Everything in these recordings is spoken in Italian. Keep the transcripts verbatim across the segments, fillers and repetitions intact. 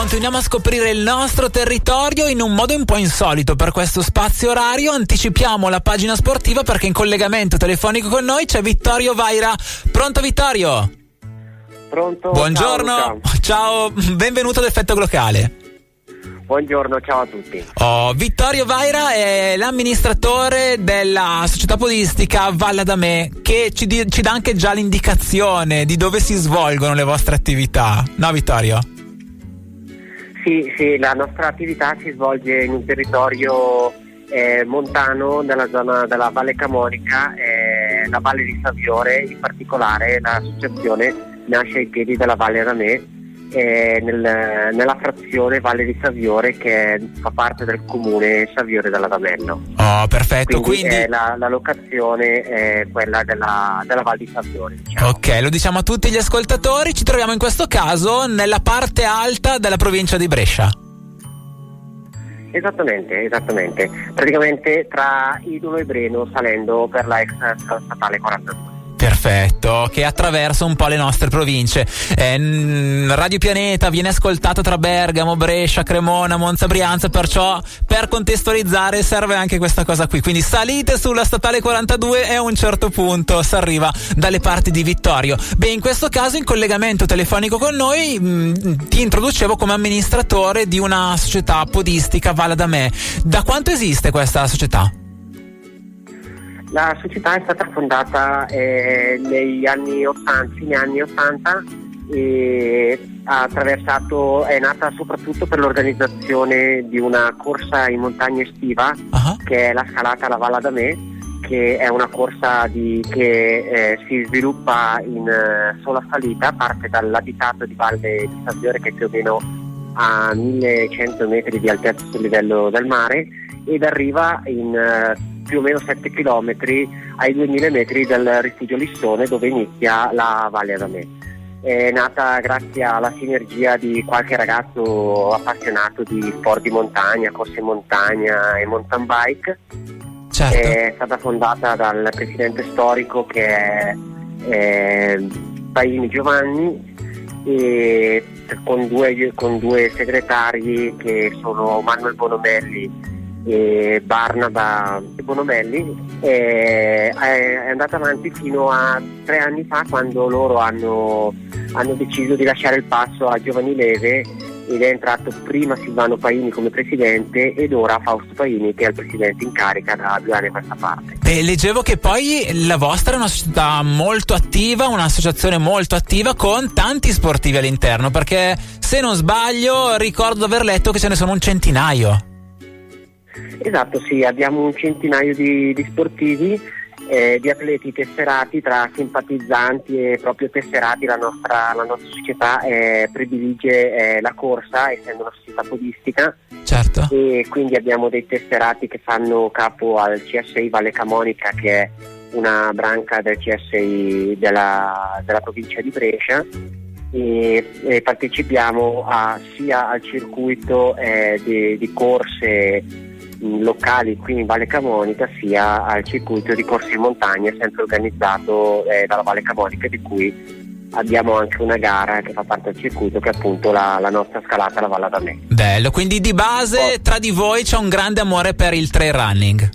Continuiamo a scoprire il nostro territorio in un modo un po' insolito. Per questo spazio orario anticipiamo la pagina sportiva perché in collegamento telefonico con noi c'è Vittorio Vaira. Pronto Vittorio? Pronto? Buongiorno, ciao, ciao. Benvenuto ad Effetto Locale. Buongiorno, ciao a tutti. Oh, Vittorio Vaira è l'amministratore della società podistica Valle Adamè, che ci, di, ci dà anche già l'indicazione di dove si svolgono le vostre attività, no Vittorio? Sì, sì, la nostra attività si svolge in un territorio eh, montano nella zona della Valle Camonica, eh, la Valle di Saviore, in particolare l'associazione nasce ai piedi della Valle Adamè, eh, nel, nella frazione Valle di Saviore che fa parte del comune Saviore dell'Adamello. Oh, perfetto. Quindi, Quindi... Eh, la, la locazione è quella della, della Valle di Saviore, diciamo. Ok, lo diciamo a tutti gli ascoltatori, ci troviamo in questo caso nella parte alta della provincia di Brescia. Esattamente, esattamente. Praticamente tra Idolo e Breno salendo per la ex statale quarantadue. Perfetto, che attraversa un po' le nostre province. Eh, Radio Pianeta viene ascoltata tra Bergamo, Brescia, Cremona, Monza, Brianza, perciò per contestualizzare serve anche questa cosa qui. Quindi salite sulla statale quarantadue e a un certo punto si arriva dalle parti di Vittorio. Beh, in questo caso in collegamento telefonico con noi mh, ti introducevo come amministratore di una società podistica Valle Adamè. Da quanto esiste questa società? La società è stata fondata eh, negli anni ottanta, fine anni ottanta, e ha attraversato, è nata soprattutto per l'organizzazione di una corsa in montagna estiva, uh-huh. che è la scalata alla Valle Adamè, che è una corsa di, che eh, si sviluppa in uh, sola salita, parte dall'abitato di Valle di Saviore che è più o meno a millecento metri di altezza sul livello del mare ed arriva in uh, più o meno sette chilometri ai duemila metri dal rifugio Lissone dove inizia la Valle Adamè. È nata grazie alla sinergia di qualche ragazzo appassionato di sport di montagna, corse in montagna e mountain bike. Certo. È stata fondata dal presidente storico che è eh, Paini Giovanni e con due, con due segretari che sono Manuel Bonomelli e Barnaba Bonomelli. È, è andata avanti fino a tre anni fa quando loro hanno, hanno deciso di lasciare il passo a Giovanni Leve ed è entrato prima Silvano Paini come presidente ed ora Fausto Paini che è il presidente in carica da due anni a questa parte. E leggevo che poi la vostra è una società molto attiva, un'associazione molto attiva con tanti sportivi all'interno, perché se non sbaglio ricordo di aver letto che ce ne sono un centinaio. Esatto, sì, abbiamo un centinaio di, di sportivi, eh, di atleti tesserati tra simpatizzanti e proprio tesserati. La nostra, la nostra società eh, predilige eh, la corsa, essendo una società podistica. Certo. E quindi abbiamo dei tesserati che fanno capo al C S I Valle Camonica, che è una branca del C S I della, della provincia di Brescia. E, e partecipiamo a, sia al circuito eh, di, di corse locali qui in Valle Camonica sia al circuito di corse in montagna sempre organizzato eh, dalla Valle Camonica, di cui abbiamo anche una gara che fa parte del circuito che è appunto la, la nostra scalata alla Valle Adamè. Bello, quindi di base oh. tra di voi c'è un grande amore per il trail running.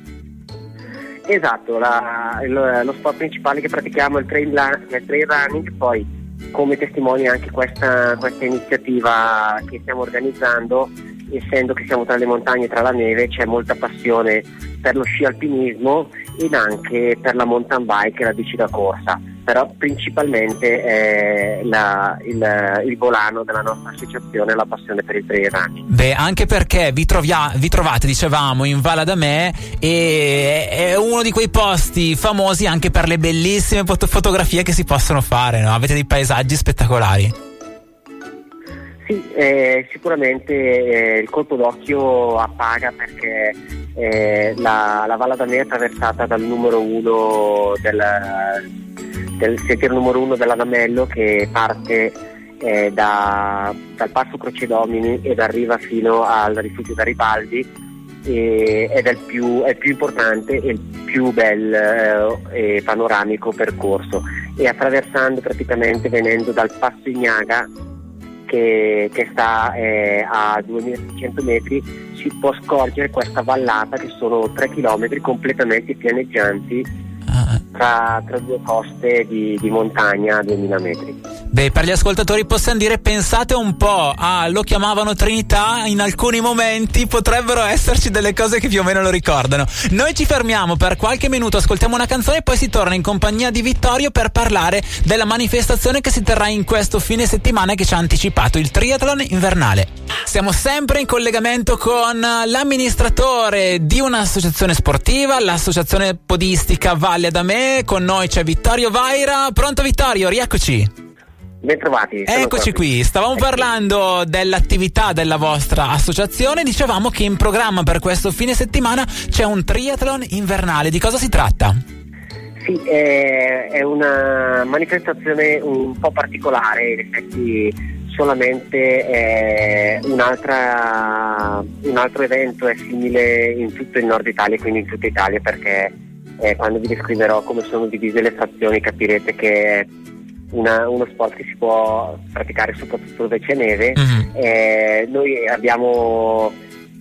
Esatto, la, lo, lo sport principale che pratichiamo è il trail, il trail running, poi come testimonia anche questa, questa iniziativa che stiamo organizzando. Essendo che siamo tra le montagne e tra la neve, c'è molta passione per lo sci alpinismo ed anche per la mountain bike e la bici da corsa, però principalmente è la, il, il volano della nostra associazione è la passione per il trail running. Beh, anche perché vi, trovia, vi trovate, dicevamo, in Valle Adamè e è uno di quei posti famosi anche per le bellissime foto- fotografie che si possono fare, no? Avete dei paesaggi spettacolari. Sì, eh, sicuramente eh, il colpo d'occhio appaga perché eh, la, la Valle Adamè è attraversata dal numero uno del, del sentiero numero uno dell'Adamello che parte eh, da, dal Passo Crocedomini ed arriva fino al rifugio Garibaldi e, ed è il più, è il più importante e il più bel eh, e panoramico percorso, e attraversando praticamente venendo dal Passo Ignaga, che, che sta eh, a duemilaseicento metri, si può scorgere questa vallata che sono tre chilometri completamente pianeggianti tra, tra due coste di, di montagna a duemila metri. Beh, per gli ascoltatori possiamo dire, pensate un po', ah, lo chiamavano Trinità, in alcuni momenti potrebbero esserci delle cose che più o meno lo ricordano. Noi ci fermiamo per qualche minuto, ascoltiamo una canzone e poi si torna in compagnia di Vittorio per parlare della manifestazione che si terrà in questo fine settimana che ci ha anticipato il triathlon invernale. Siamo sempre in collegamento con l'amministratore di un'associazione sportiva, l'associazione podistica Valle Adamè. Con noi c'è Vittorio Vaira. Pronto Vittorio, rieccoci. Ben trovati. Eccoci qui, stavamo parlando dell'attività della vostra associazione, dicevamo che in programma per questo fine settimana c'è un triathlon invernale. Di cosa si tratta? Sì, è, è una manifestazione un po' particolare, in effetti solamente eh, un'altra, un altro evento è simile in tutto il nord Italia, quindi in tutta Italia, perché eh, quando vi descriverò come sono divise le frazioni capirete che è una, uno sport che si può praticare soprattutto dove c'è neve. Mm-hmm. Eh, noi abbiamo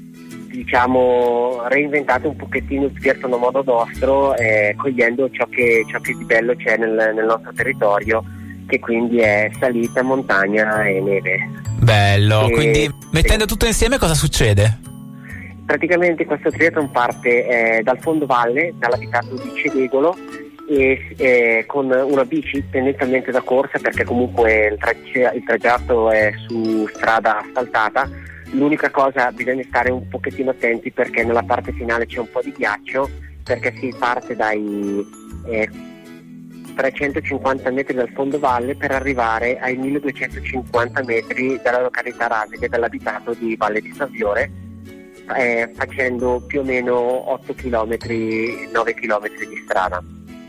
diciamo reinventato un pochettino il triathlon a modo nostro, eh, cogliendo ciò che, ciò che di bello c'è nel, nel nostro territorio, che quindi è salita, montagna e neve. Bello, e, quindi mettendo tutto insieme cosa succede? Praticamente questo triathlon parte eh, dal fondovalle, dall'abitato di Cedegolo, e eh, con una bici tendenzialmente da corsa, perché comunque il, tra- il tragitto è su strada asfaltata. L'unica cosa, bisogna stare un pochettino attenti perché nella parte finale c'è un po' di ghiaccio, perché si parte dai eh, trecentocinquanta metri dal fondovalle per arrivare ai milleduecentocinquanta metri dalla località Raseghe, dall'abitato di Valle di Saviore, eh, facendo più o meno otto chilometri, nove chilometri di strada.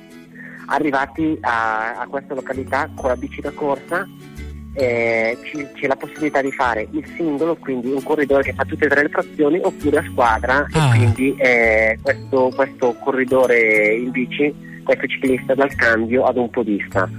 Arrivati a, a questa località con la bici da corsa, eh, c- c'è la possibilità di fare il singolo, quindi un corridore che fa tutte e tre le frazioni, oppure a squadra. Ah. E quindi eh, questo, questo corridore in bici, questo ciclista dal cambio ad un podista.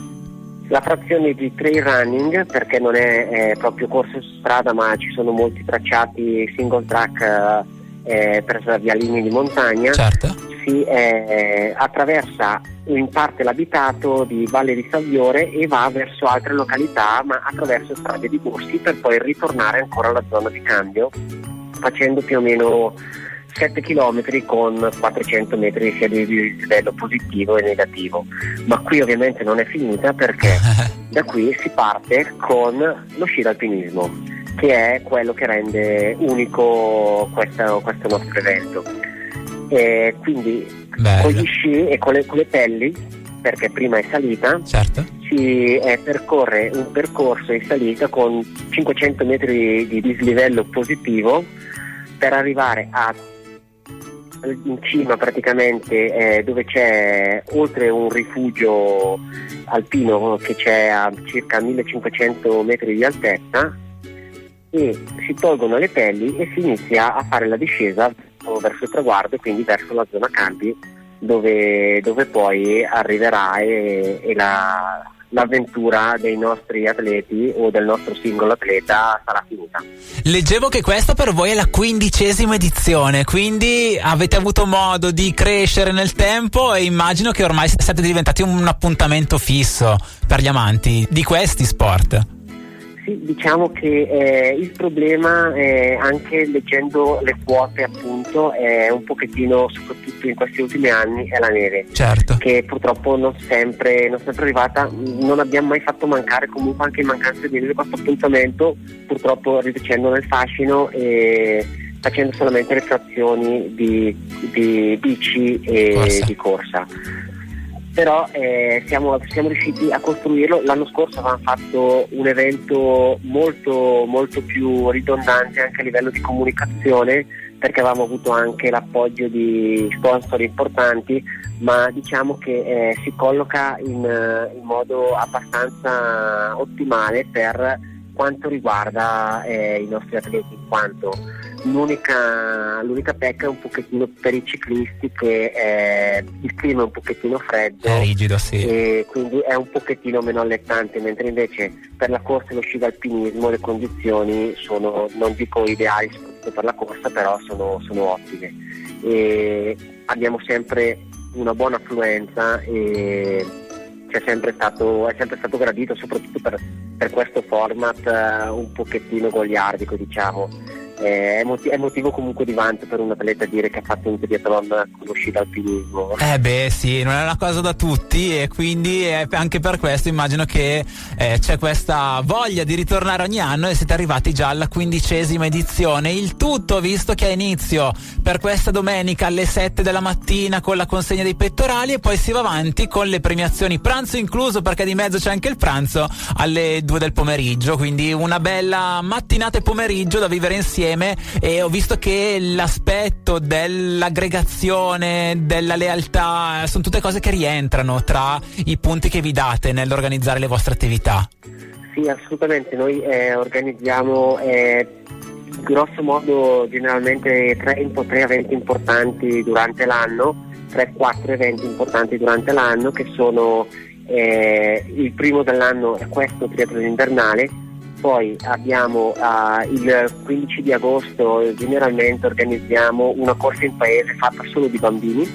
La frazione di trail running, perché non è, è proprio corsa su strada, ma ci sono molti tracciati single track eh, per vialini di montagna. Certo. Si eh, attraversa in parte l'abitato di Valle di Saviore e va verso altre località, ma attraverso strade di boschi, per poi ritornare ancora alla zona di cambio, facendo più o meno sette chilometri con quattrocento metri sia di livello positivo e negativo. Ma qui ovviamente non è finita, perché da qui si parte con lo sci d'alpinismo, che è quello che rende unico questo, questo nostro evento. E quindi Bello. Con gli sci e con le, con le pelli, perché prima è salita, certo. si eh, percorre un percorso in salita con cinquecento metri di dislivello positivo per arrivare a in cima, praticamente eh, dove c'è, oltre un rifugio alpino che c'è a circa millecinquecento metri di altezza, e si tolgono le pelli e si inizia a fare la discesa verso il traguardo, e quindi verso la zona campi, dove, dove poi arriverà e, e la, l'avventura dei nostri atleti o del nostro singolo atleta sarà finita. Leggevo che questa per voi è la quindicesima edizione, quindi avete avuto modo di crescere nel tempo e immagino che ormai siete diventati un appuntamento fisso per gli amanti di questi sport. Sì, diciamo che eh, il problema, eh, anche leggendo le quote appunto, è un pochettino, soprattutto in questi ultimi anni, è la neve. Certo. Che purtroppo non sempre, non sempre arrivata. Non abbiamo mai fatto mancare, comunque anche in mancanza di neve, questo appuntamento, purtroppo riducendo nel fascino e facendo solamente le frazioni di, di bici e corsa. di corsa. Però eh, siamo, siamo riusciti a costruirlo. L'anno scorso avevamo fatto un evento molto molto più ridondante anche a livello di comunicazione, perché avevamo avuto anche l'appoggio di sponsor importanti, ma diciamo che eh, si colloca in, in modo abbastanza ottimale per quanto riguarda eh, i nostri atleti, in quanto L'unica, l'unica pecca è un pochettino per i ciclisti che eh, il clima è un pochettino freddo, è rigido, sì, e quindi è un pochettino meno allettante, mentre invece per la corsa e lo sci d'alpinismo le condizioni sono, non dico ideali soprattutto per la corsa, però sono, sono ottime, e abbiamo sempre una buona affluenza e c'è sempre stato, è sempre stato gradito, soprattutto per, per questo format uh, un pochettino goliardico, diciamo. È, motivo, è motivo comunque di vanto per un atleta dire che ha fatto un triathlon con lo sci d'alpinismo. Eh beh sì, non è una cosa da tutti, e quindi è anche per questo immagino che eh, c'è questa voglia di ritornare ogni anno, e siete arrivati già alla quindicesima edizione. Il tutto visto che ha inizio per questa domenica alle sette della mattina con la consegna dei pettorali, e poi si va avanti con le premiazioni, pranzo incluso perché di mezzo c'è anche il pranzo, alle due del pomeriggio, quindi una bella mattinata e pomeriggio da vivere insieme. E ho visto che l'aspetto dell'aggregazione, della lealtà, sono tutte cose che rientrano tra i punti che vi date nell'organizzare le vostre attività. Sì, assolutamente. Noi eh, organizziamo eh, grosso modo generalmente tre, tre eventi importanti durante l'anno, tre quattro eventi importanti durante l'anno, che sono eh, il primo dell'anno è questo triathlon invernale. Poi abbiamo uh, il quindici di agosto generalmente organizziamo una corsa in paese fatta solo di bambini,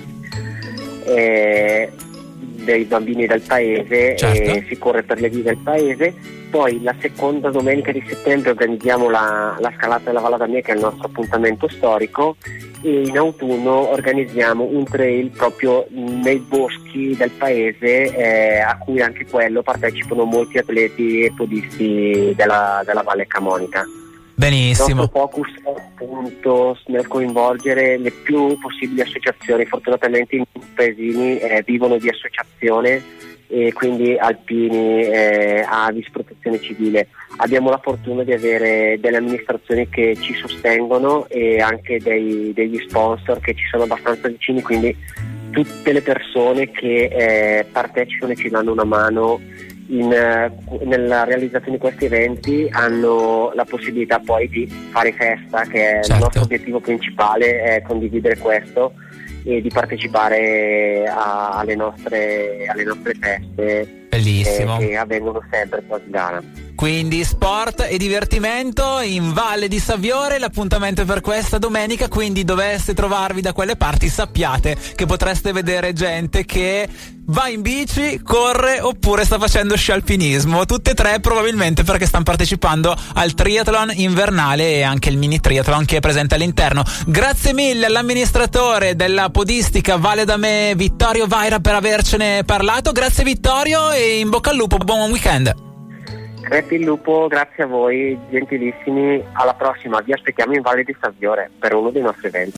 eh, dei bambini del paese, certo. E si corre per le vie del paese. Poi la seconda domenica di settembre organizziamo la, la scalata della Valle d'Amia, che è il nostro appuntamento storico, e in autunno organizziamo un trail proprio nei boschi del paese, eh, a cui anche quello partecipano molti atleti e podisti della, della Valle Camonica. Benissimo. Il nostro focus è appunto nel coinvolgere le più possibili associazioni. Fortunatamente i paesini eh, vivono di associazione, e quindi alpini, eh, Avis, protezione civile. Abbiamo la fortuna di avere delle amministrazioni che ci sostengono e anche dei, degli sponsor che ci sono abbastanza vicini, quindi tutte le persone che eh, partecipano e ci danno una mano in, nella realizzazione di questi eventi hanno la possibilità poi di fare festa, che è certo. Il nostro obiettivo principale, è condividere questo e di partecipare a, alle, nostre, alle nostre feste. Bellissimo. Eh, che avvengono sempre post gara. Quindi sport e divertimento in Valle di Saviore, l'appuntamento è per questa domenica, quindi doveste trovarvi da quelle parti, sappiate che potreste vedere gente che va in bici, corre oppure sta facendo sci alpinismo, tutte e tre probabilmente perché stanno partecipando al triathlon invernale e anche il mini triathlon che è presente all'interno. Grazie mille all'amministratore della podistica Valle d'Amia, Vittorio Vaira, per avercene parlato. Grazie Vittorio e in bocca al lupo, buon weekend. Crepi il lupo, grazie a voi, gentilissimi, alla prossima, vi aspettiamo in Valle di Saviore per uno dei nostri eventi.